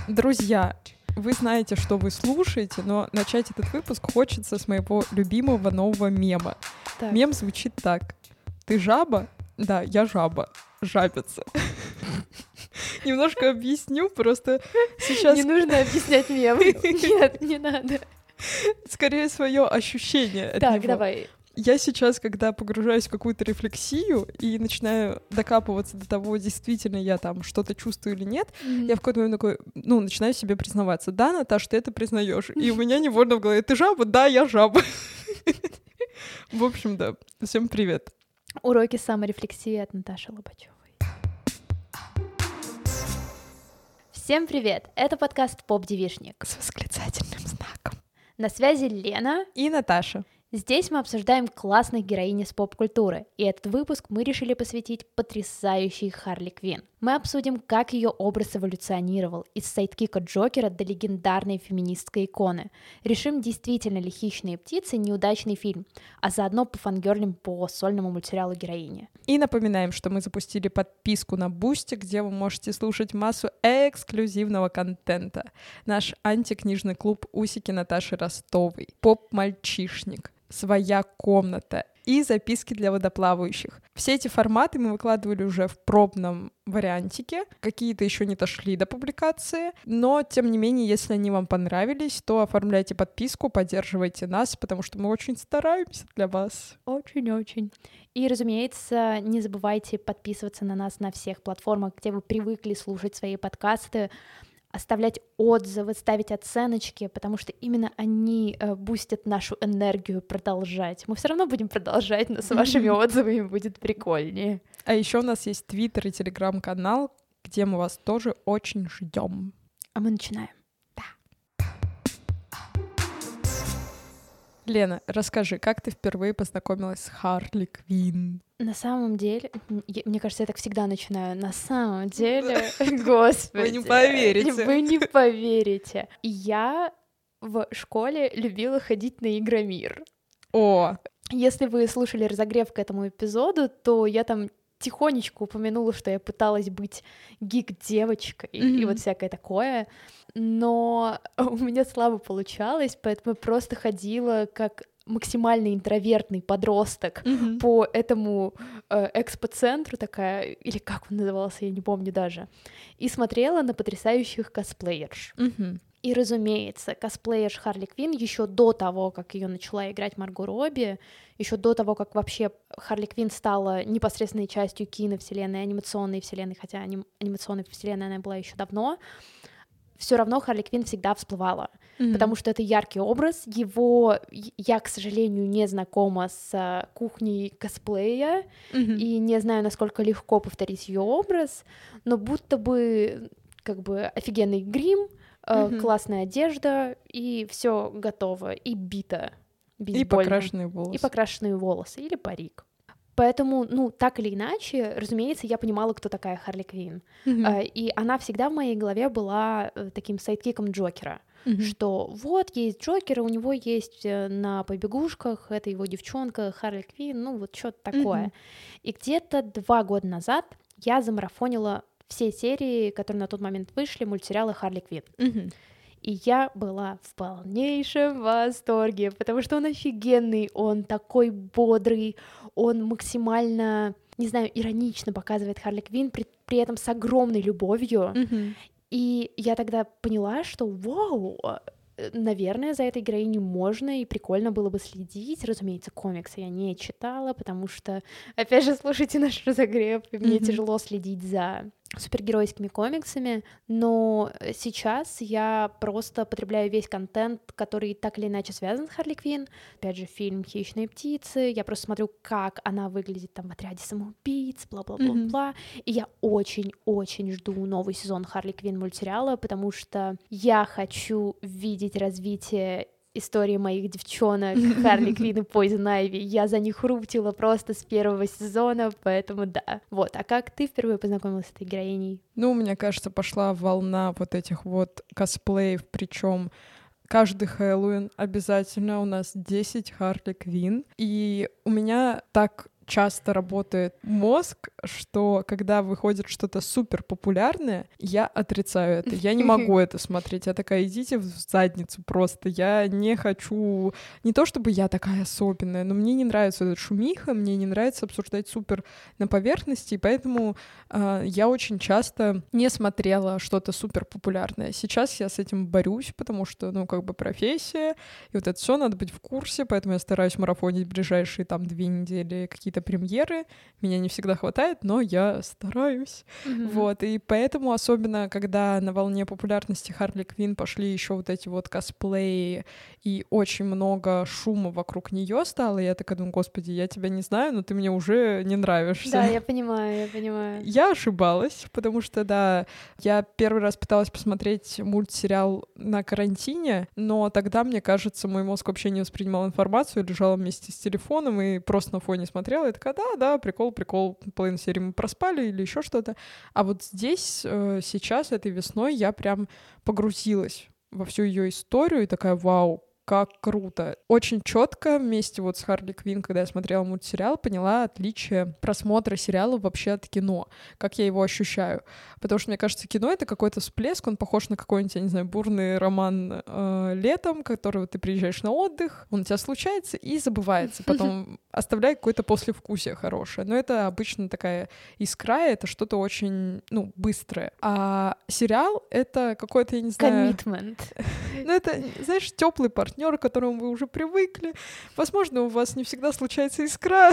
Друзья, вы знаете, что вы слушаете, но начать этот выпуск хочется с моего любимого нового мема. Так. Мем звучит так. Ты жаба? Да, я жаба. Жабица. Немножко объясню, просто сейчас... Не нужно объяснять мем. Нет, не надо. Скорее свое ощущение от Так, него. давай. Я сейчас, когда погружаюсь в какую-то рефлексию и начинаю докапываться до того, действительно я там что-то чувствую или нет, я в какой-то момент такой, начинаю себе признаваться. Да, Наташ, ты это признаешь. И у меня невольно в голове, ты жаба? Да, я жаба. В общем, да. Всем привет. Уроки саморефлексии от Наташи Лобачевой. Всем привет! Это подкаст «Поп-девишник». С восклицательным знаком. На связи Лена. И Наташа. Здесь мы обсуждаем классных героинь из поп-культуры, и этот выпуск мы решили посвятить потрясающей Харли Квинн. Мы обсудим, как ее образ эволюционировал из сайдкика Джокера до легендарной феминистской иконы. Решим, действительно ли «Хищные птицы» неудачный фильм, а заодно пофангерлим по сольному мультсериалу героини. И напоминаем, что мы запустили подписку на Boosty, где вы можете слушать массу эксклюзивного контента. Наш антикнижный клуб «Усики» Наташи Ростовой, поп-мальчишник, своя комната и записки для водоплавающих. Все эти форматы мы выкладывали уже в пробном вариантике, какие-то еще не дошли до публикации, но, тем не менее, если они вам понравились, то оформляйте подписку, поддерживайте нас, потому что мы очень стараемся для вас. Очень-очень. И, разумеется, не забывайте подписываться на нас на всех платформах, где вы привыкли слушать свои подкасты, оставлять отзывы, ставить оценочки, потому что именно они бустят нашу энергию продолжать. Мы все равно будем продолжать, но с вашими отзывами будет прикольнее. А еще у нас есть Твиттер и Телеграм-канал, где мы вас тоже очень ждем. А мы начинаем. Лена, расскажи, как ты впервые познакомилась с Харли Квинн? На самом деле, мне кажется, я так всегда начинаю. На самом деле, господи. Вы не поверите. Вы не поверите. Я в школе любила ходить на Игромир. О! Если вы слушали разогрев к этому эпизоду, то я там тихонечко упомянула, что я пыталась быть гик-девочкой и вот всякое такое, но у меня слабо получалось, поэтому я просто ходила как максимально интровертный подросток по этому экспоцентру такая, или как он назывался, я не помню даже, и смотрела на потрясающих косплеерш. И, разумеется, косплеерш Харли Квинн еще до того, как ее начала играть Марго Робби, еще до того, как вообще Харли Квинн стала непосредственной частью киновселенной, анимационной вселенной, хотя анимационной вселенной она была еще давно, все равно Харли Квинн всегда всплывала, потому что это яркий образ, его я, к сожалению, не знакома с кухней косплея, и не знаю, насколько легко повторить ее образ, но будто бы как бы офигенный грим, классная одежда, и все готово, и бита бейсбольная. И покрашенные волосы. И покрашенные волосы, или парик. Поэтому, так или иначе, разумеется, я понимала, кто такая Харли Квинн. И она всегда в моей голове была таким сайдкиком Джокера, что вот есть Джокер, у него есть на побегушках, это его девчонка Харли Квинн, вот что-то такое. И где-то 2 года назад я замарафонила все серии, которые на тот момент вышли, мультсериалы Харли Квинн. И я была в полнейшем восторге, потому что он офигенный, он такой бодрый, он максимально, не знаю, иронично показывает Харли Квинн, при этом с огромной любовью. И я тогда поняла, что вау, наверное, за этой героиней можно и прикольно было бы следить. Разумеется, комиксы я не читала, потому что, опять же, слушайте наш разогрев, и мне тяжело следить за супергеройскими комиксами, но сейчас я просто потребляю весь контент, который так или иначе связан с Харли Квинн. Опять же, фильм «Хищные птицы», я просто смотрю, как она выглядит там в «Отряде самоубийц», бла-бла-бла-бла, и я очень-очень жду новый сезон Харли Квинн мультсериала, потому что я хочу видеть развитие истории моих девчонок Харли Квинн и Пойзон Айви. Я за них рутила просто с 1 сезона, поэтому да. Вот, а как ты впервые познакомилась с этой героиней? Мне кажется, пошла волна вот этих вот косплеев, причем каждый Хэллоуин обязательно у нас 10 Харли Квинн. И у меня так часто работает мозг, что когда выходит что-то супер популярное, я отрицаю это. Я не могу это смотреть. Я такая, идите в задницу просто. Я не хочу... Не то чтобы я такая особенная, но мне не нравится эта шумиха, мне не нравится обсуждать супер на поверхности, и поэтому я очень часто не смотрела что-то супер популярное. Сейчас я с этим борюсь, потому что, ну, как бы профессия, и вот это все надо быть в курсе, поэтому я стараюсь марафонить ближайшие там 2 недели какие-то премьеры. Меня не всегда хватает, но я стараюсь. Вот, и поэтому, особенно когда на волне популярности Харли Квинн пошли еще вот эти вот косплеи, и очень много шума вокруг нее стало, я такая думаю, господи, я тебя не знаю, но ты мне уже не нравишься. Да, я понимаю. Я ошибалась, потому что, да, я первый раз пыталась посмотреть мультсериал на карантине, но тогда, мне кажется, мой мозг вообще не воспринимал информацию, лежала вместе с телефоном и просто на фоне смотрела, и такая, да, прикол, половину серии мы проспали или еще что-то. А вот здесь, сейчас, этой весной, я прям погрузилась во всю ее историю и такая, вау, как круто. Очень четко вместе вот с Харли Квинн, когда я смотрела мультсериал, поняла отличие просмотра сериала вообще от кино, как я его ощущаю. Потому что, мне кажется, кино — это какой-то всплеск, он похож на какой-нибудь, я не знаю, бурный роман летом, которого ты приезжаешь на отдых, он у тебя случается и забывается, потом оставляет какое-то послевкусие хорошее. Но это обычно такая искра, это что-то очень, ну, быстрое. А сериал — это какой-то, я не знаю... Commitment. Ну, это, знаешь, теплый партнер, к которому вы уже привыкли. Возможно, у вас не всегда случается искра.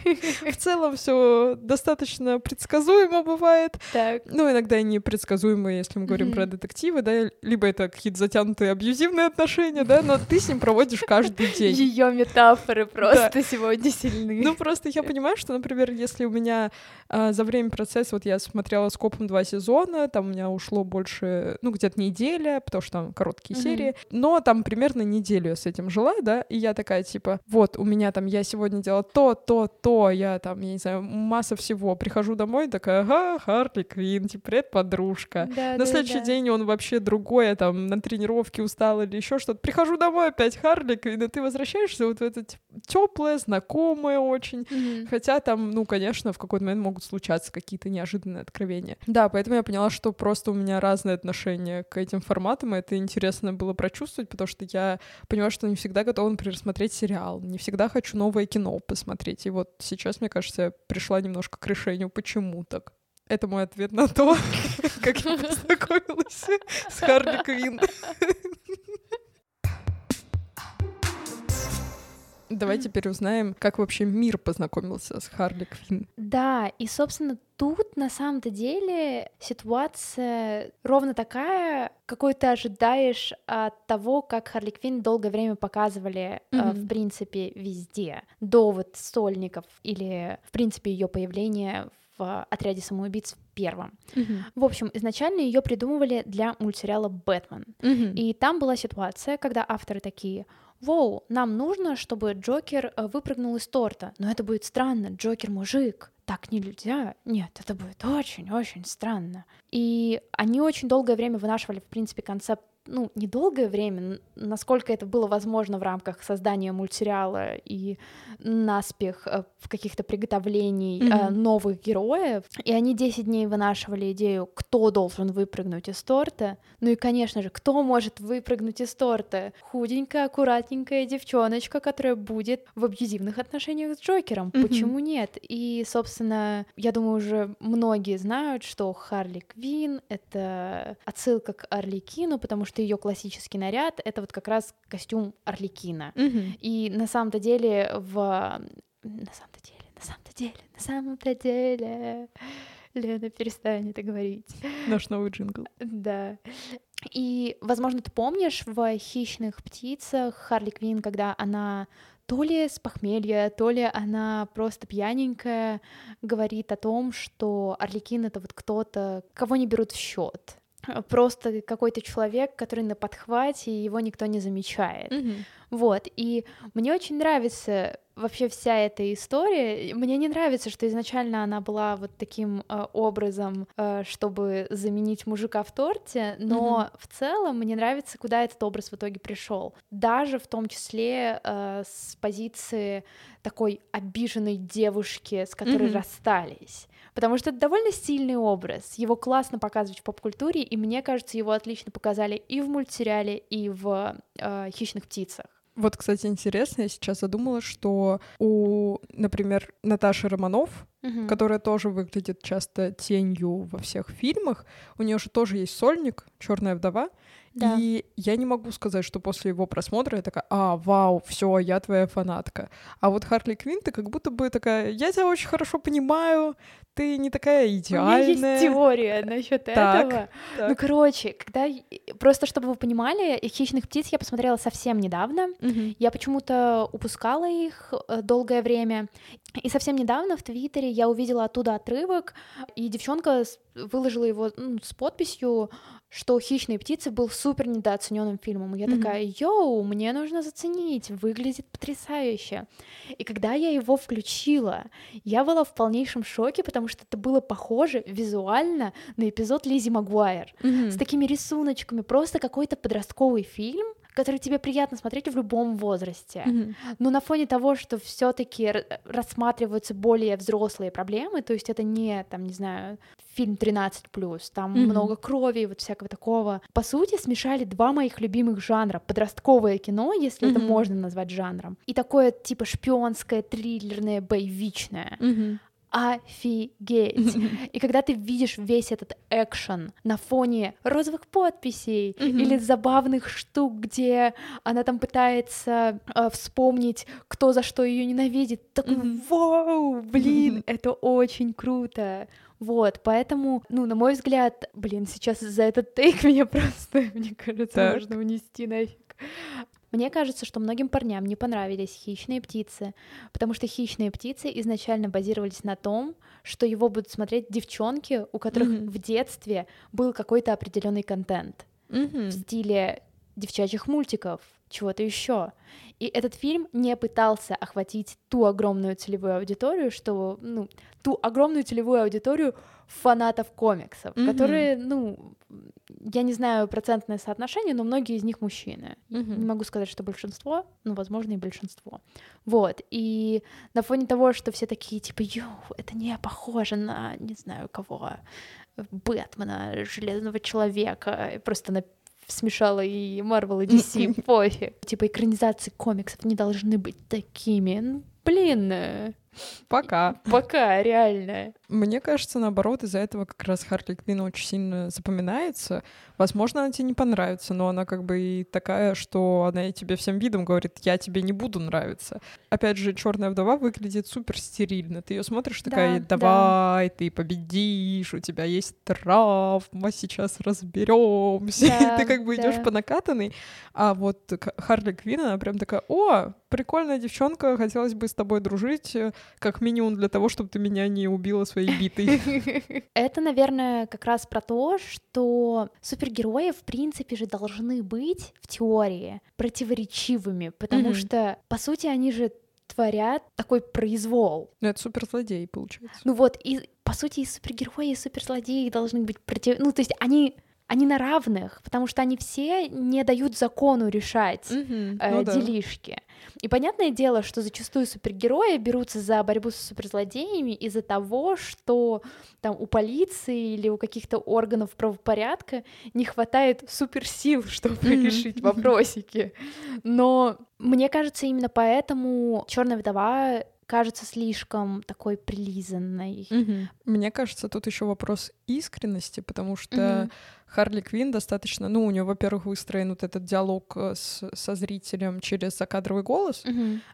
В целом все достаточно предсказуемо бывает. Так. Ну, иногда и непредсказуемо, если мы говорим про детективы, да, либо это какие-то затянутые абьюзивные отношения, да, но ты с ним проводишь каждый день. Ее метафоры просто сегодня сильны. Ну, просто я понимаю, что, например, если у меня за время процесса, вот я смотрела скопом 2 сезона, там у меня ушло больше, ну, где-то неделя, потому что там короткие серии, но там примерно неделю я с этим жила, да, и я такая, типа, вот, у меня там, я сегодня делала то, я там, я не знаю, масса всего, прихожу домой, такая, ага, Харли Квинн, типа, привет, подружка. На следующий день он вообще другой, я там на тренировке устала или еще что-то. Прихожу домой, опять Харли Квинн, и ты возвращаешься вот в это теплое, знакомое очень, хотя там, ну, конечно, в какой-то момент могут случаться какие-то неожиданные откровения. Да, поэтому я поняла, что просто у меня разные отношения к этим форматам, и это интересно было прочувствовать, потому что я понимаю, что не всегда готова, например, смотреть сериал, не всегда хочу новое кино посмотреть. И вот сейчас, мне кажется, я пришла немножко к решению, почему так. Это мой ответ на то, как я познакомилась с Харли Квинн. Давай теперь узнаем, как вообще мир познакомился с Харли Квинн. Да, и, собственно, тут на самом-то деле ситуация ровно такая, какой ты ожидаешь от того, как Харли Квинн долгое время показывали, в принципе, везде. До вот «Сольников» или, в принципе, ее появления в «Отряде самоубийц» первом. В общем, изначально ее придумывали для мультсериала «Бэтмен». И там была ситуация, когда авторы такие: «Воу, нам нужно, чтобы Джокер выпрыгнул из торта, но это будет странно, Джокер мужик, так нельзя, нет, это будет очень-очень странно». И они очень долгое время вынашивали, в принципе, концепт, ну, недолгое время, насколько это было возможно в рамках создания мультсериала и наспех в каких-то приготовлений новых героев. И они 10 дней вынашивали идею, кто должен выпрыгнуть из торта. Ну и, конечно же, кто может выпрыгнуть из торта? Худенькая, аккуратненькая девчоночка, которая будет в абьюзивных отношениях с Джокером. Почему нет? И, собственно, я думаю, уже многие знают, что Харли Квинн — это отсылка к Арлекину, потому что ее классический наряд — это вот как раз костюм Арлекина. И на самом-то деле Лена, перестань это говорить. Наш новый джингл. Да. И, возможно, ты помнишь в «Хищных птицах» Харли Квинн, когда она то ли с похмелья, то ли она просто пьяненькая, говорит о том, что Арлекин — это вот кто-то, кого не берут в счет. просто какой-то человек, который на подхвате, и его никто не замечает. Вот, и мне очень нравится вообще вся эта история. Мне не нравится, что изначально она была вот таким образом, чтобы заменить мужика в торте, но в целом мне нравится, куда этот образ в итоге пришел. Даже в том числе с позиции такой обиженной девушки, с которой расстались. Потому что это довольно стильный образ. Его классно показывать в поп-культуре, и мне кажется, его отлично показали и в мультсериале, и в «Хищных птицах». Вот, кстати, интересно, я сейчас задумалась, что у, например, Наташи Романов, которая тоже выглядит часто тенью во всех фильмах, у нее же тоже есть сольник «Черная вдова», да. И я не могу сказать, что после его просмотра я такая: вау, все, я твоя фанатка. А вот Харли Квинн, ты как будто бы такая: я тебя очень хорошо понимаю, ты не такая идеальная. У меня есть теория насчет этого. Так. Ну, короче, просто чтобы вы понимали, «Хищных птиц» я посмотрела совсем недавно. Я почему-то упускала их долгое время. И совсем недавно в Твиттере я увидела оттуда отрывок, и девчонка выложила его с подписью, что «Хищные птицы» был супер недооцененным фильмом. И я такая: йоу, мне нужно заценить, выглядит потрясающе. И когда я его включила, я была в полнейшем шоке, потому что это было похоже визуально на эпизод Лиззи Магуайр, с такими рисуночками, просто какой-то подростковый фильм, который тебе приятно смотреть в любом возрасте. Но на фоне того, что все-таки рассматриваются более взрослые проблемы, то есть это не, там, не знаю, фильм 13+, там много крови и вот всякого такого. По сути, смешали два моих любимых жанра: подростковое кино, если это можно назвать жанром, и такое типа шпионское, триллерное, боевичное. Офигеть! И когда ты видишь весь этот экшен на фоне розовых подписей или забавных штук, где она там пытается вспомнить, кто за что ее ненавидит, такой: вау, блин, это очень круто. Вот, поэтому, на мой взгляд, сейчас за этот тейк меня просто, мне кажется, можно унести нафиг. Мне кажется, что многим парням не понравились «Хищные птицы», потому что «Хищные птицы» изначально базировались на том, что его будут смотреть девчонки, у которых в детстве был какой-то определенный контент в стиле девчачьих мультиков, чего-то еще. И этот фильм не пытался охватить ту огромную целевую аудиторию, ту огромную целевую аудиторию фанатов комиксов, которые, я не знаю процентное соотношение, но многие из них мужчины. Не могу сказать, что большинство, но, возможно, и большинство. Вот, и на фоне того, что все такие, типа: это не похоже на, не знаю кого, Бэтмена, Железного Человека, просто смешала и Marvel, и DC, пофиг. Типа экранизации комиксов не должны быть такими. Блин. Пока, реально. Мне кажется, наоборот, из-за этого как раз Харли Квинн очень сильно запоминается. Возможно, она тебе не понравится, но она как бы и такая, что она и тебе всем видом говорит: я тебе не буду нравиться. Опять же, «Черная вдова» выглядит супер стерильно. Ты ее смотришь, такая: давай, ты победишь, у тебя есть травма, сейчас разберемся. Ты как бы идешь по накатанной. А вот Харли Квинн, она прям такая: о, прикольная девчонка, хотелось бы с тобой дружить, как минимум для того, чтобы ты меня не убила своей битой. Это, наверное, как раз про то, что супергерои, в принципе же, должны быть в теории противоречивыми, потому что, по сути, они же творят такой произвол. Ну, это суперзлодей, получается. Ну вот, и, по сути, и супергерои, и суперзлодеи должны быть то есть они на равных, потому что они все не дают закону решать делишки. И понятное дело, что зачастую супергерои берутся за борьбу с суперзлодеями из-за того, что там у полиции или у каких-то органов правопорядка не хватает суперсил, чтобы решить вопросики. Но мне кажется, именно поэтому «Черная вдова» кажется слишком такой прилизанной. Мне кажется, тут еще вопрос искренности, потому что Харли Квинн достаточно, у нее, во-первых, выстроен вот этот диалог со зрителем через закадровый голос,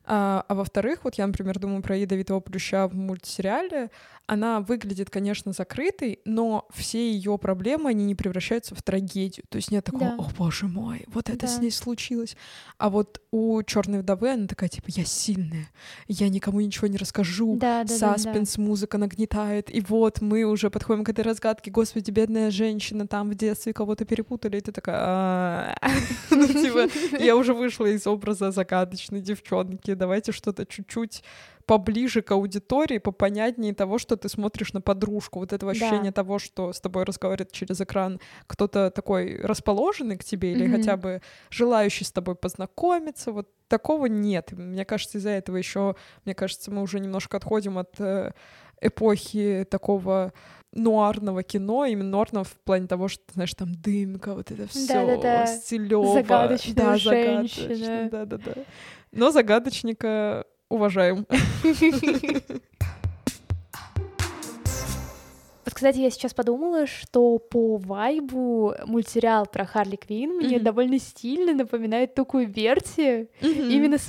а во-вторых, вот я, например, думаю про Ядовитого плюща в мультсериале, она выглядит, конечно, закрытой, но все ее проблемы, они не превращаются в трагедию, то есть нет такого: о, боже мой, вот это с ней случилось. А вот у «Черной вдовы» она такая, типа: я сильная, я никому ничего не расскажу, саспенс, музыка нагнетает, и вот мы уже подходим к этой разгадке: господи, бедная женщина там в детстве кого-то перепутали, и ты такая... Ну, типа, я уже вышла из образа загадочной девчонки, давайте что-то чуть-чуть поближе к аудитории, попонятнее того, что ты смотришь на подружку. Вот этого ощущения того, что с тобой разговаривает через экран кто-то такой расположенный к тебе или хотя бы желающий с тобой познакомиться, вот такого нет. Мне кажется, из-за этого еще, мне кажется, мы уже немножко отходим от эпохи такого нуарного кино, именно нуарного в плане того, что, знаешь, там дымка, вот это все стилёво. Загадочная женщина. Да-да-да. Но загадочника уважаем. Вот, кстати, я сейчас подумала, что по вайбу мультсериал про Харли Квинн мне довольно стильно напоминает такую версию, именно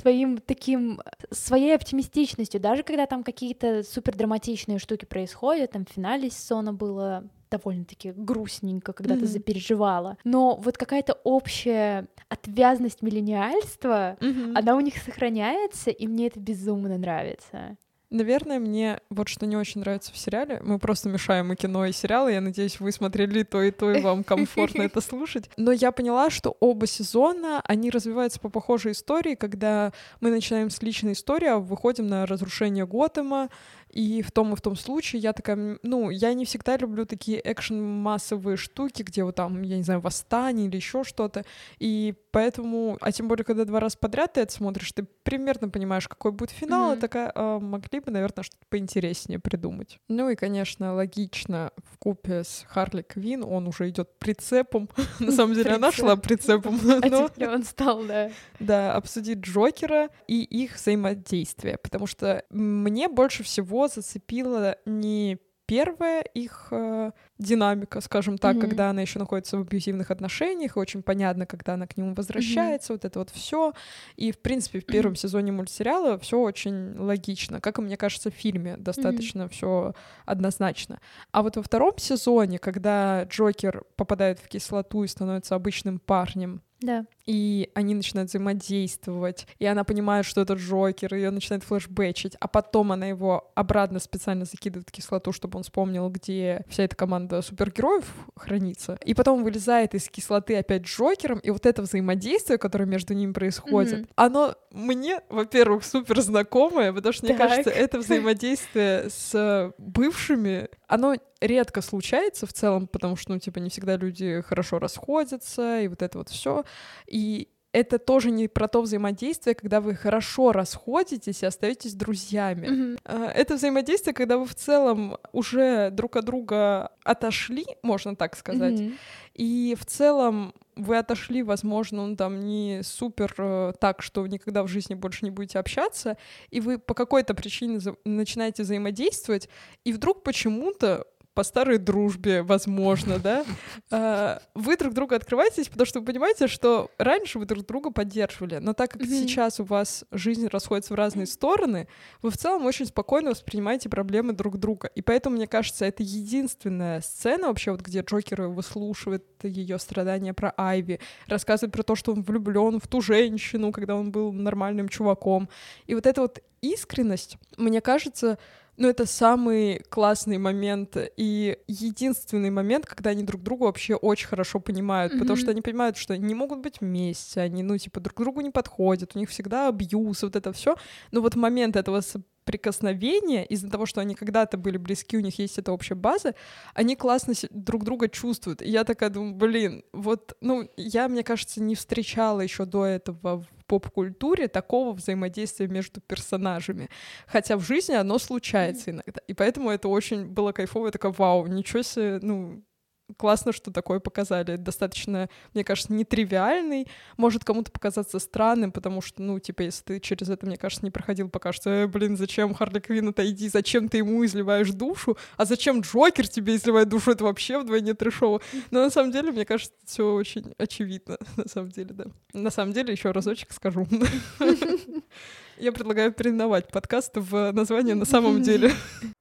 своей оптимистичностью, даже когда там какие-то супердраматичные штуки происходят, там в финале сезона было довольно-таки грустненько, когда ты запереживала. Но вот какая-то общая отвязность миллениальства, она у них сохраняется, и мне это безумно нравится. Наверное, мне вот что не очень нравится в сериале. Мы просто мешаем и кино, и сериалы. Я надеюсь, вы смотрели то, и вам комфортно это слушать. Но я поняла, что оба сезона, они развиваются по похожей истории, когда мы начинаем с личной истории, а выходим на разрушение Готэма. И в том случае я такая, я не всегда люблю такие экшен-массовые штуки, где вот там, я не знаю, восстание или еще что-то. И поэтому, а тем более, когда 2 раза подряд ты это смотришь, ты примерно понимаешь, какой будет финал, и такая, могли бы, наверное, что-то поинтереснее придумать. Ну и, конечно, логично, вкупе с Харли Квинн он уже идет прицепом. На самом деле, она шла прицепом. А теперь он стал, да. Да, обсудить Джокера и их взаимодействие, потому что мне больше всего зацепила не первая их динамика, скажем так, когда она еще находится в абьюзивных отношениях, и очень понятно, когда она к нему возвращается, вот это вот все. И, в принципе, в первом сезоне мультсериала все очень логично, как и мне кажется, в фильме достаточно все однозначно. А вот во втором сезоне, когда Джокер попадает в кислоту и становится обычным парнем, да. И они начинают взаимодействовать, и она понимает, что это Джокер, и ее начинает флешбэчить, а потом она его обратно специально закидывает в кислоту, чтобы он вспомнил, где вся эта команда супергероев хранится. И потом вылезает из кислоты опять Джокером, и вот это взаимодействие, которое между ними происходит, оно мне, во-первых, супер знакомое, потому что, мне кажется, это взаимодействие с бывшими, оно редко случается в целом, потому что, не всегда люди хорошо расходятся, и вот это вот все. И это тоже не про то взаимодействие, когда вы хорошо расходитесь и остаетесь друзьями. Это взаимодействие, когда вы в целом уже друг от друга отошли, можно так сказать, и в целом вы отошли, возможно, не супер так, что никогда в жизни больше не будете общаться, и вы по какой-то причине начинаете взаимодействовать, и вдруг почему-то по старой дружбе, возможно, да, вы друг друга открываетесь, потому что вы понимаете, что раньше вы друг друга поддерживали, но так как сейчас у вас жизнь расходится в разные стороны, вы в целом очень спокойно воспринимаете проблемы друг друга. И поэтому, мне кажется, это единственная сцена вообще, вот где Джокер выслушивает ее страдания про Айви, рассказывает про то, что он влюблен в ту женщину, когда он был нормальным чуваком. И вот эта вот искренность, мне кажется, это самый классный момент и единственный момент, когда они друг друга вообще очень хорошо понимают, потому что они понимают, что не могут быть вместе, они, друг другу не подходят, у них всегда абьюз, вот это все. Но вот момент этого соприкосновения, из-за того, что они когда-то были близки, у них есть эта общая база, они классно друг друга чувствуют. И я такая думаю, я, мне кажется, не встречала еще до этого в поп-культуре такого взаимодействия между персонажами. Хотя в жизни оно случается иногда. И поэтому это очень было кайфово. Я такая, вау, ничего себе, классно, что такое показали. Достаточно, мне кажется, нетривиальный. Может кому-то показаться странным, потому что, если ты через это, мне кажется, не проходил, покажется, зачем Харли Квинн отойди, зачем ты ему изливаешь душу, а зачем Джокер тебе изливает душу, это вообще вдвойне трэшово. Но на самом деле, мне кажется, все очень очевидно, на самом деле, да. На самом деле, еще разочек скажу. Я предлагаю переименовать подкаст в название «На самом деле».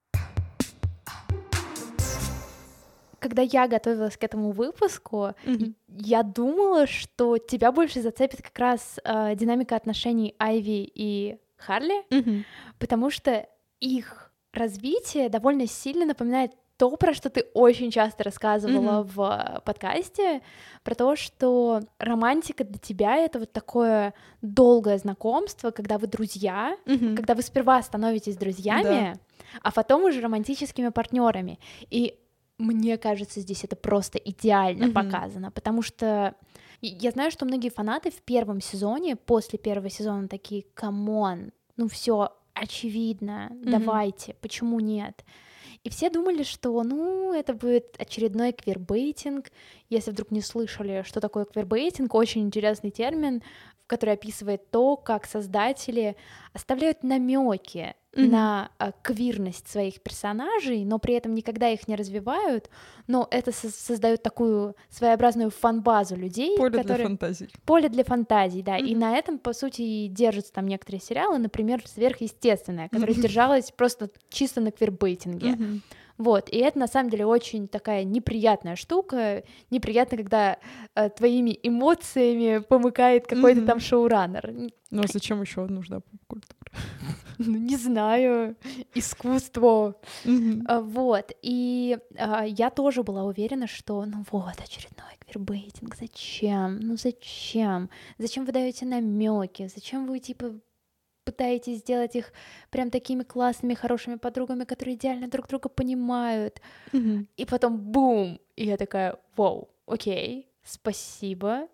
Когда я готовилась к этому выпуску, я думала, что тебя больше зацепит как раз динамика отношений Айви и Харли, потому что их развитие довольно сильно напоминает то, про что ты очень часто рассказывала в подкасте, про то, что романтика для тебя — это вот такое долгое знакомство, когда вы друзья, когда вы сперва становитесь друзьями, а потом уже романтическими партнерами. И мне кажется, здесь это просто идеально показано, потому что я знаю, что многие фанаты в первом сезоне, после первого сезона такие: камон, ну все очевидно, давайте, почему нет? И все думали, что, ну, это будет очередной квирбейтинг. Если вдруг не слышали, что такое квирбейтинг, очень интересный термин, который описывает то, как создатели оставляют намеки на квирность своих персонажей, но при этом никогда их не развивают, но это создает такую своеобразную фан-базу людей. Поле для фантазий. Поле для фантазий, да, и на этом, по сути, и держатся там некоторые сериалы, например, «Сверхъестественное», которое держалось просто чисто на квирбейтинге. Вот, и это, на самом деле, очень такая неприятная штука. Неприятно, когда твоими эмоциями помыкает какой-то там шоураннер. Ну, а зачем еще нужна поп-культура? Ну, не знаю, искусство. Вот, и я тоже была уверена, что, ну вот, очередной квирбейтинг, зачем? Ну зачем? Зачем вы даете намеки? Зачем вы, типа, пытаетесь сделать их прям такими классными, хорошими подругами, которые идеально друг друга понимают? И потом бум! И я такая: вау, окей, спасибо.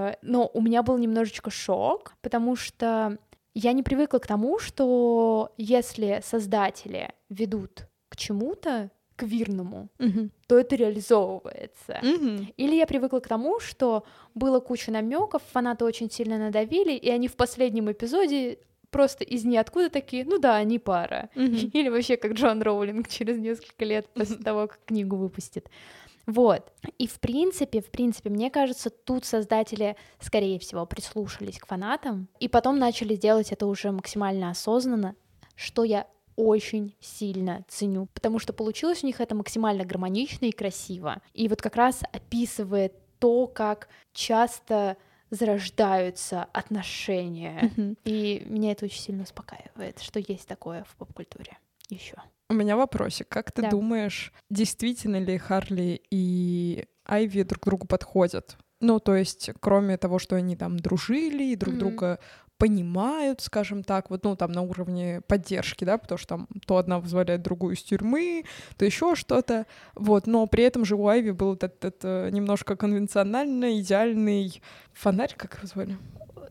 Но у меня был немножечко шок, потому что я не привыкла к тому, что если создатели ведут к чему-то квирному, то это реализовывается. Или я привыкла к тому, что было куча намеков, фанаты очень сильно надавили, и они в последнем эпизоде просто из ниоткуда такие: ну да, они пара. Или вообще как Джон Роулинг через несколько лет после того, как книгу выпустит. Вот. И в принципе, мне кажется, тут создатели, скорее всего, прислушались к фанатам и потом начали делать это уже максимально осознанно, что я очень сильно ценю, потому что получилось у них это максимально гармонично и красиво. И вот как раз описывает то, как часто зарождаются отношения. И меня это очень сильно успокаивает, что есть такое в поп-культуре еще. У меня вопросик. Как ты Да. думаешь, действительно ли Харли и Айви друг другу подходят? Ну, то есть, кроме того, что они там дружили и друг друга понимают, скажем так, вот, ну, там, на уровне поддержки, да, потому что там то одна вызволяет другую из тюрьмы, то еще что-то, вот, но при этом же у Айви был этот немножко конвенциональный, идеальный фонарь, как его звали?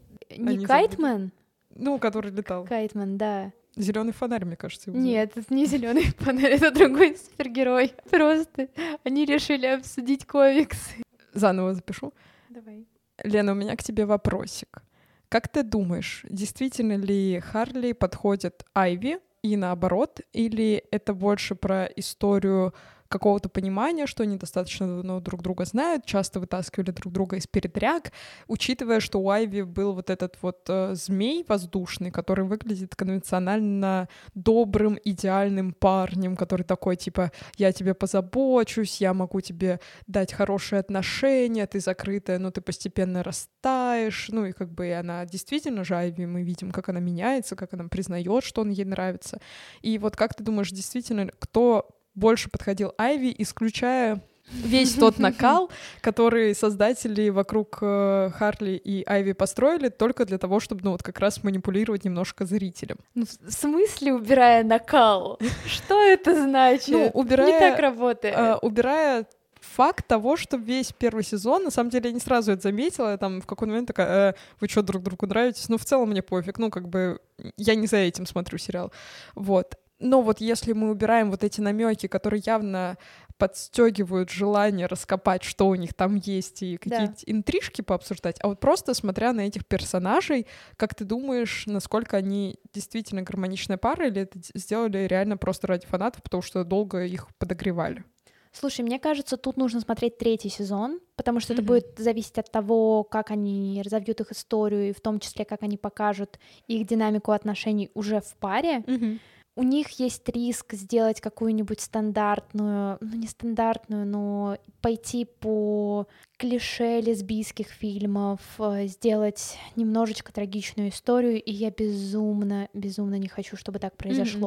Не Кайтман? Ну, который летал. Кайтман, да. Зеленый фонарь, мне кажется, его звали. Нет, это не зеленый фонарь, это другой супергерой. Просто они решили обсудить комиксы. Заново запишу. Давай. Лена, у меня к тебе вопросик. Как ты думаешь, действительно ли Харли подходит Айви и наоборот, или это больше про историю какого-то понимания, что они достаточно давно друг друга знают, часто вытаскивали друг друга из передряг, учитывая, что у Айви был вот этот вот змей воздушный, который выглядит конвенционально добрым, идеальным парнем, который такой, типа, я тебе позабочусь, я могу тебе дать хорошие отношения, ты закрытая, но ты постепенно растаешь, ну и как бы она действительно же, Айви, мы видим, как она меняется, как она признает, что он ей нравится. И вот как ты думаешь, действительно, кто больше подходил Айви, исключая весь тот накал, который создатели вокруг Харли и Айви построили только для того, чтобы, ну, вот как раз манипулировать немножко зрителем. Ну, в смысле, убирая накал? Что это значит? Ну, убирая... Не так работает. Убирая факт того, что весь первый сезон, на самом деле, я не сразу это заметила, я там в какой-то момент такая: вы что, друг другу нравитесь? Ну, в целом мне пофиг, ну, как бы, я не за этим смотрю сериал. Вот. Но вот если мы убираем вот эти намеки, которые явно подстегивают желание раскопать, что у них там есть, и какие-то интрижки пообсуждать, а вот просто смотря на этих персонажей, как ты думаешь, насколько они действительно гармоничная пара, или это сделали реально просто ради фанатов, потому что долго их подогревали? Слушай, мне кажется, тут нужно смотреть 3-й сезон, потому что это будет зависеть от того, как они разовьют их историю, и в том числе, как они покажут их динамику отношений уже в паре. У них есть риск сделать какую-нибудь стандартную, ну не стандартную, но пойти по клише лесбийских фильмов, сделать немножечко трагичную историю, и я безумно не хочу, чтобы так произошло.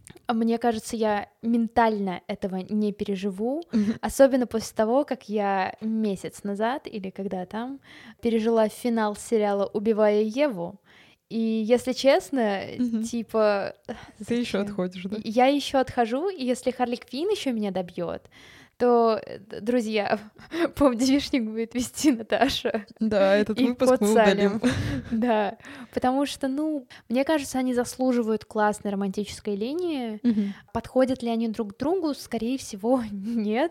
Мне кажется, я ментально этого не переживу, особенно после того, как я месяц назад, или когда там, пережила финал сериала «Убивая Еву». И, если честно, типа... Ты еще отходишь, да? Я еще отхожу, и если Харли Квинн еще меня добьет, то, друзья, поп-девичник будет вести Наташа. Да, этот выпуск мы удалим. Да, потому что, мне кажется, они заслуживают классной романтической линии. Подходят ли они друг к другу? Скорее всего, нет.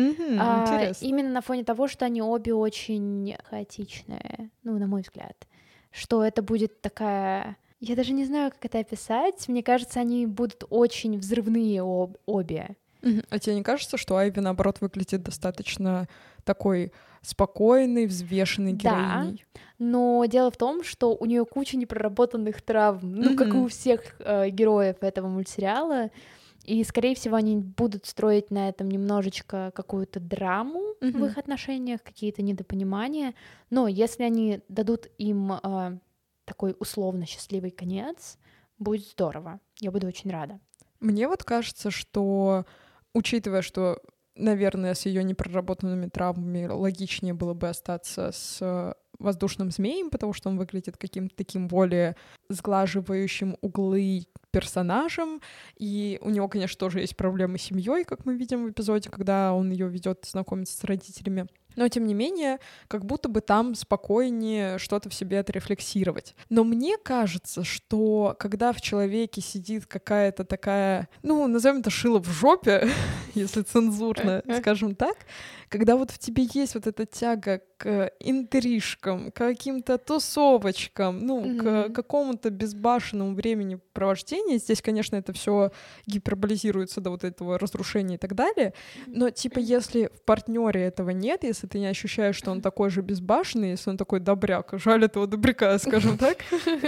Именно на фоне того, что они обе очень хаотичные, на мой взгляд. Что это будет такая... Я даже не знаю, как это описать. Мне кажется, они будут очень взрывные обе. А тебе не кажется, что Айви, наоборот, выглядит достаточно такой спокойной, взвешенной героиней? Да, но дело в том, что у нее куча непроработанных травм, как и у всех героев этого мультсериала, и, скорее всего, они будут строить на этом немножечко какую-то драму в их отношениях, какие-то недопонимания, но если они дадут им такой условно счастливый конец, будет здорово, я буду очень рада. Мне вот кажется, что, учитывая, что, наверное, с ее непроработанными травмами логичнее было бы остаться с воздушным змеем, потому что он выглядит каким-то таким более сглаживающим углы персонажем, и у него, конечно, тоже есть проблемы с семьей, как мы видим в эпизоде, когда он ее ведет знакомиться с родителями. Но, тем не менее, как будто бы там спокойнее что-то в себе отрефлексировать. Но мне кажется, что когда в человеке сидит какая-то такая, назовем это шило в жопе, если цензурно, скажем так, когда вот в тебе есть вот эта тяга к интрижкам, к каким-то тусовочкам, к какому-то безбашенному времяпровождению. Здесь, конечно, это все гиперболизируется до вот этого разрушения и так далее. Но, если в партнере этого нет, если ты не ощущаешь, что он такой же безбашенный, если он такой добряк, жаль этого добряка, скажем так,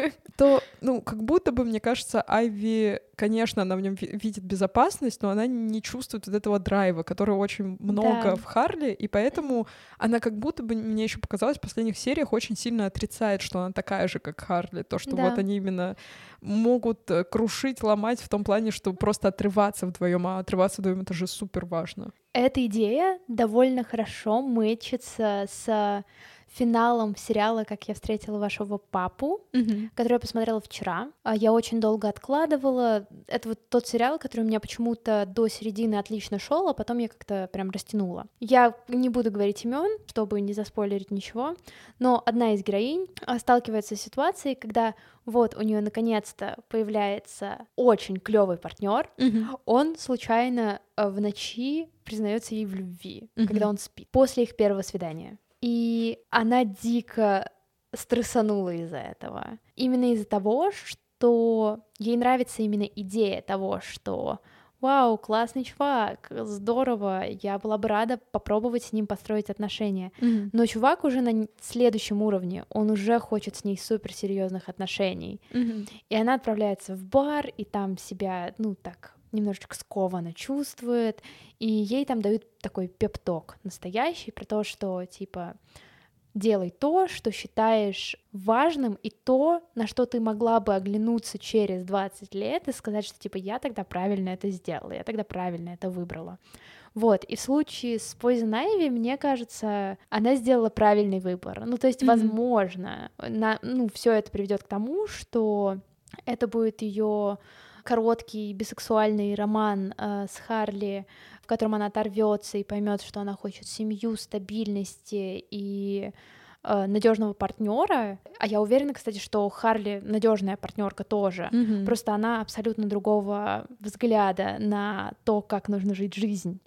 то, как будто бы, мне кажется, Айви, конечно, она в нем видит безопасность, но она не чувствует вот этого драйва, которого очень много в Харли, и поэтому она как будто бы, мне еще показалось, в последних сериях очень сильно отрицает, что она такая же, как Харли, то, что вот они именно могут крушить, ломать в том плане, что просто отрываться вдвоем, а отрываться вдвоем — это же супер важно. Эта идея довольно хорошо мэчится с финалом сериала «Как я встретила вашего папу», который я посмотрела вчера. Я очень долго откладывала. Это вот тот сериал, который у меня почему-то до середины отлично шел, а потом я как-то прям растянула. Я не буду говорить имен, чтобы не заспойлерить ничего, но одна из героинь сталкивается с ситуацией, когда вот у нее наконец-то появляется очень клевый партнер, он случайно в ночи признается ей в любви, когда он спит, после их первого свидания. И она дико стрессанула из-за этого. Именно из-за того, что ей нравится именно идея того, что «Вау, классный чувак, здорово, я была бы рада попробовать с ним построить отношения». Но чувак уже на следующем уровне, он уже хочет с ней суперсерьезных отношений. И она отправляется в бар, и там себя, так немножечко скованно чувствует, и ей там дают такой пеп-ток настоящий про то, что, типа, делай то, что считаешь важным, и то, на что ты могла бы оглянуться через 20 лет и сказать, что, типа, я тогда правильно это сделала, я тогда правильно это выбрала. Вот, и в случае с Poison Ivy, мне кажется, она сделала правильный выбор. То есть, возможно, все это приведет к тому, что это будет ее короткий бисексуальный роман с Харли, в котором она оторвется и поймет, что она хочет семью, стабильности и надежного партнера. А я уверена, кстати, что Харли надежная партнерка тоже. Просто она абсолютно другого взгляда на то, как нужно жить жизнь.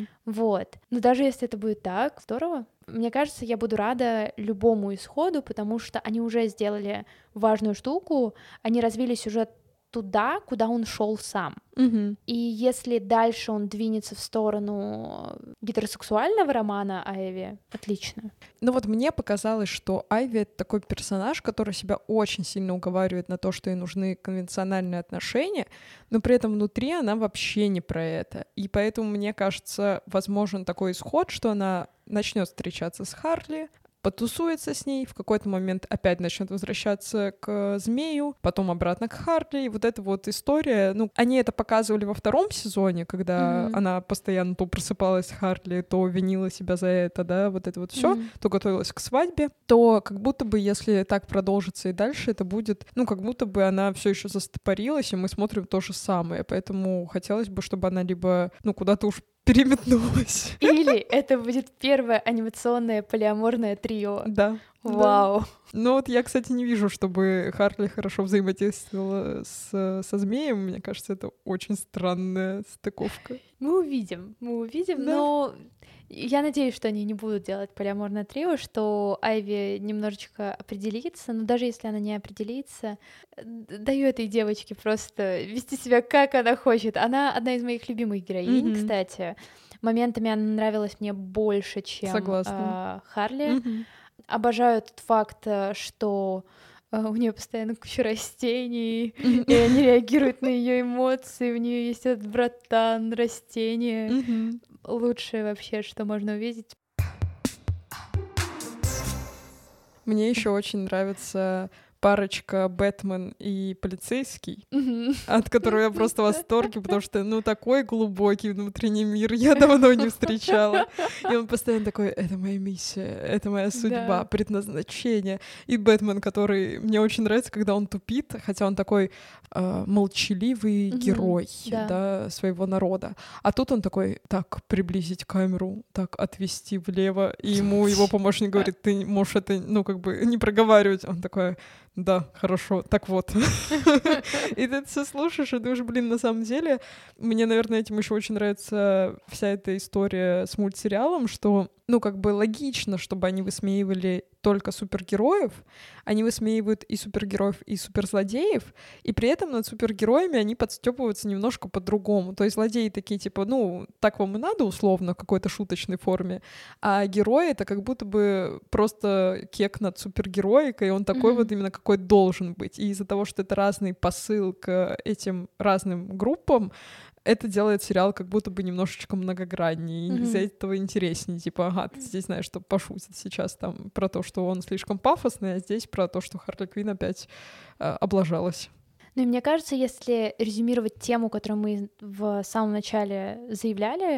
Вот. Но даже если это будет так, здорово. Мне кажется, я буду рада любому исходу, потому что они уже сделали важную штуку, они развили сюжет туда, куда он шел сам. И если дальше он двинется в сторону гетеросексуального романа Айви, отлично. Вот мне показалось, что Айви — это такой персонаж, который себя очень сильно уговаривает на то, что ей нужны конвенциональные отношения, но при этом внутри она вообще не про это. И поэтому, мне кажется, возможен такой исход, что она начнет встречаться с Харли, потусуется с ней, в какой-то момент опять начнет возвращаться к Змею, потом обратно к Харли. И вот эта вот история, ну, они это показывали во втором сезоне, когда она постоянно то просыпалась Харли, то винила себя за это, да, вот это вот все, то готовилась к свадьбе, то как будто бы, если так продолжится и дальше, это будет, ну, как будто бы она все еще застопорилась, и мы смотрим то же самое. Поэтому хотелось бы, чтобы она либо, ну, куда-то уж переметнулась. Или это будет первое анимационное полиаморное трио. Да. Вау. Да. Ну вот я, кстати, не вижу, чтобы Харли хорошо взаимодействовала со Змеем. Мне кажется, это очень странная стыковка. Мы увидим, да. Но я надеюсь, что они не будут делать полиаморное трио, что Айви немножечко определится, но даже если она не определится, даю этой девочке просто вести себя, как она хочет. Она одна из моих любимых героинь, кстати. Моментами она нравилась мне больше, чем Харли. Обожаю тот факт, что у нее постоянно куча растений, и они реагируют на ее эмоции. У нее есть этот братан растение. Лучшее вообще, что можно увидеть. Мне еще очень нравится парочка Бэтмен и полицейский, от которого я просто в восторге, потому что, ну, такой глубокий внутренний мир я давно не встречала. И он постоянно такой: это моя миссия, это моя судьба, предназначение. И Бэтмен, который мне очень нравится, когда он тупит, хотя он такой молчаливый герой, да, своего народа. А тут он такой: так, приблизить камеру, так, отвести влево. И ему его помощник говорит: ты можешь это, ну, как бы не проговаривать. Он такой: да, хорошо, так вот. И ты все слушаешь и думаешь: блин, на самом деле, мне, наверное, этим еще очень нравится вся эта история с мультсериалом, что, ну, как бы логично, чтобы они высмеивали только супергероев, они высмеивают и супергероев, и суперзлодеев, и при этом над супергероями они подстёпываются немножко по-другому. То есть злодеи такие, типа, ну, так вам и надо, условно, в какой-то шуточной форме, а герои — это как будто бы просто кек над супергероикой, и он такой вот именно какой должен быть. И из-за того, что это разный посыл к этим разным группам, это делает сериал как будто бы немножечко многограннее, и из-за этого интереснее. Типа, ага, ты здесь знаешь, что пошутит сейчас там про то, что он слишком пафосный, а здесь про то, что Харли Квинн опять облажалась. Ну и мне кажется, если резюмировать тему, которую мы в самом начале заявляли,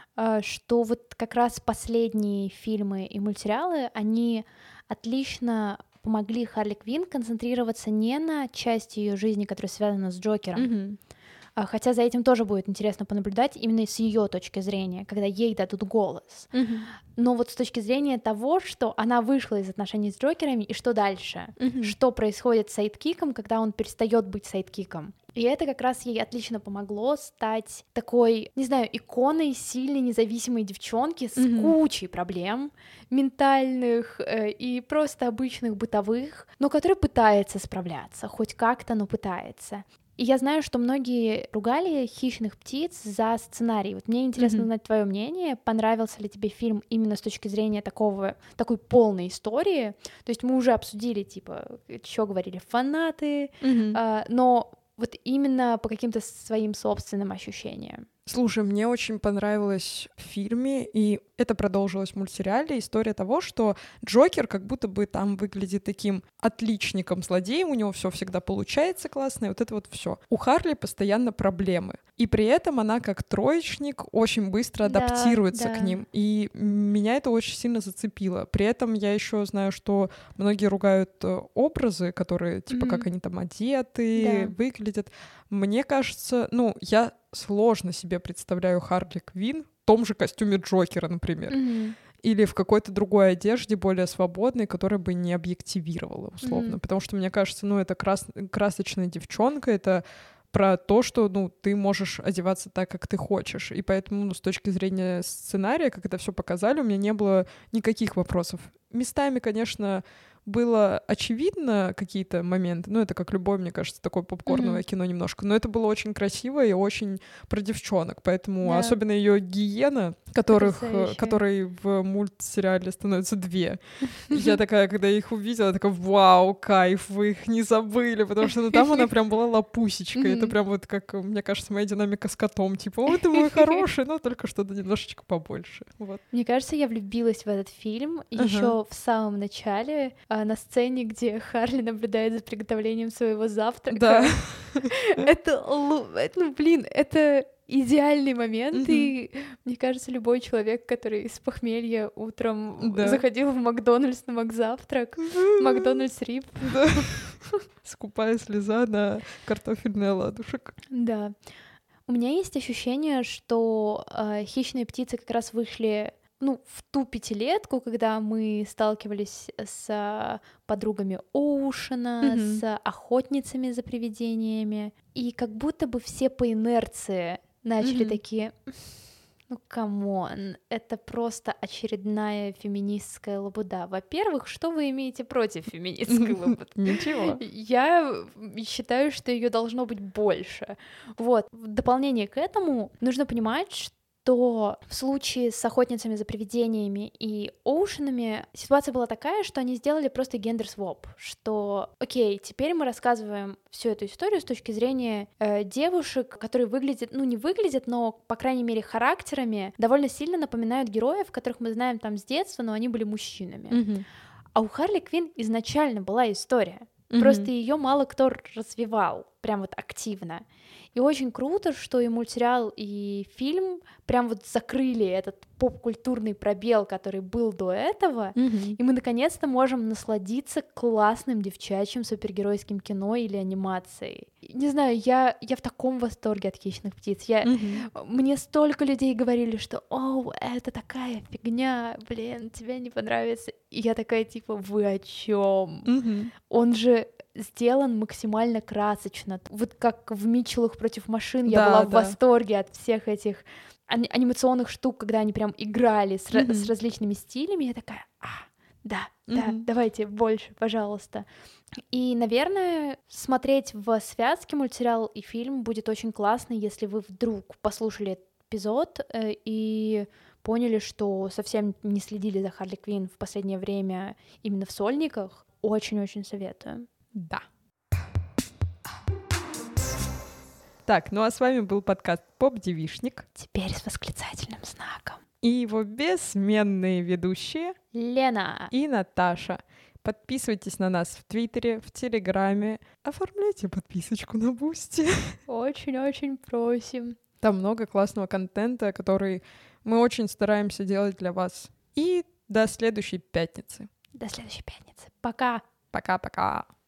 что вот как раз последние фильмы и мультсериалы, они отлично помогли Харли Квинн концентрироваться не на части ее жизни, которая связана с Джокером, хотя за этим тоже будет интересно понаблюдать именно с ее точки зрения, когда ей дадут голос. Но вот с точки зрения того, что она вышла из отношений с Джокерами, и что дальше? Что происходит с сайдкиком, когда он перестает быть сайдкиком? И это как раз ей отлично помогло стать такой, не знаю, иконой сильной независимой девчонки с кучей проблем ментальных и просто обычных бытовых, но которая пытается справляться, хоть как-то, но пытается. И я знаю, что многие ругали «Хищных птиц» за сценарий. Вот мне интересно узнать твое мнение. Понравился ли тебе фильм именно с точки зрения такой полной истории? То есть мы уже обсудили, типа, что говорили фанаты, но вот именно по каким-то своим собственным ощущениям. Слушай, мне очень понравилось в фильме, и это продолжилось в мультсериале, история того, что Джокер как будто бы там выглядит таким отличником, злодеем, у него все всегда получается классно, и вот это вот все. У Харли постоянно проблемы, и при этом она как троечник очень быстро адаптируется к ним, и меня это очень сильно зацепило. При этом я еще знаю, что многие ругают образы, которые, типа, как они там одеты, выглядят. Мне кажется, ну, я сложно себе представляю Харли Квинн в том же костюме Джокера, например. Или в какой-то другой одежде, более свободной, которая бы не объективировала, условно. Потому что, мне кажется, ну, это красочная девчонка, это про то, что, ну, ты можешь одеваться так, как ты хочешь. И поэтому, ну, с точки зрения сценария, как это все показали, у меня не было никаких вопросов. Местами, конечно, было очевидно какие-то моменты, ну, это как любое, мне кажется, такое попкорновое кино немножко, но это было очень красиво и очень про девчонок, поэтому особенно ее гиена, которой в мультсериале становится 2. Я такая, когда их увидела, такая, вау, кайф, вы их не забыли, потому что там она прям была лапусечкой, это прям вот как, мне кажется, моя динамика с котом, типа, о, ты мой хороший, но только что-то немножечко побольше. Вот. Мне кажется, я влюбилась в этот фильм еще в самом начале, на сцене, где Харли наблюдает за приготовлением своего завтрака. Да. Это идеальный момент, и мне кажется, любой человек, который с похмелья утром заходил в Макдональдс на Макзавтрак, Макдональдс Рип. Да. Скупая слеза на картофельный оладушек. Да. У меня есть ощущение, что «Хищные птицы» как раз вышли в ту пятилетку, когда мы сталкивались с подругами Оушена, с охотницами за привидениями, и как будто бы все по инерции начали такие... Ну, камон, это просто очередная феминистская лабуда. Во-первых, что вы имеете против феминистской лабуды? Ничего. Я считаю, что ее должно быть больше. Вот. В дополнение к этому нужно понимать, что в случае с охотницами за привидениями и Оушенами ситуация была такая, что они сделали просто гендер-своп, что, окей, теперь мы рассказываем всю эту историю с точки зрения девушек, которые выглядят, не выглядят, но, по крайней мере, характерами довольно сильно напоминают героев, которых мы знаем там с детства, но они были мужчинами. А у Харли Квинн изначально была история, просто ее мало кто развивал, прям вот активно. И очень круто, что и мультсериал, и фильм прям вот закрыли этот поп-культурный пробел, который был до этого, и мы наконец-то можем насладиться классным девчачьим супергеройским кино или анимацией. Не знаю, я в таком восторге от «Хищных птиц». Мне столько людей говорили, что «О, это такая фигня, блин, тебе не понравится». И я такая, типа, вы о чём? Он же сделан максимально красочно. Вот как в «Митчеллах против машин» я была в восторге от всех этих анимационных штук, когда они прям играли с различными стилями. Я такая, да, давайте больше, пожалуйста. И, наверное, смотреть в связке мультсериал и фильм будет очень классно, если вы вдруг послушали этот эпизод и поняли, что совсем не следили за Харли Квинн в последнее время именно в сольниках. Очень-очень советую. Да. Так, ну а с вами был подкаст «Поп-девишник». Теперь с восклицательным знаком. И его бессменные ведущие Лена и Наташа. Подписывайтесь на нас в Твиттере, в Телеграме. Оформляйте подписочку на Бусти. Очень-очень просим. Там много классного контента, который мы очень стараемся делать для вас. И до следующей пятницы. До следующей пятницы. Пока. Пока-пока.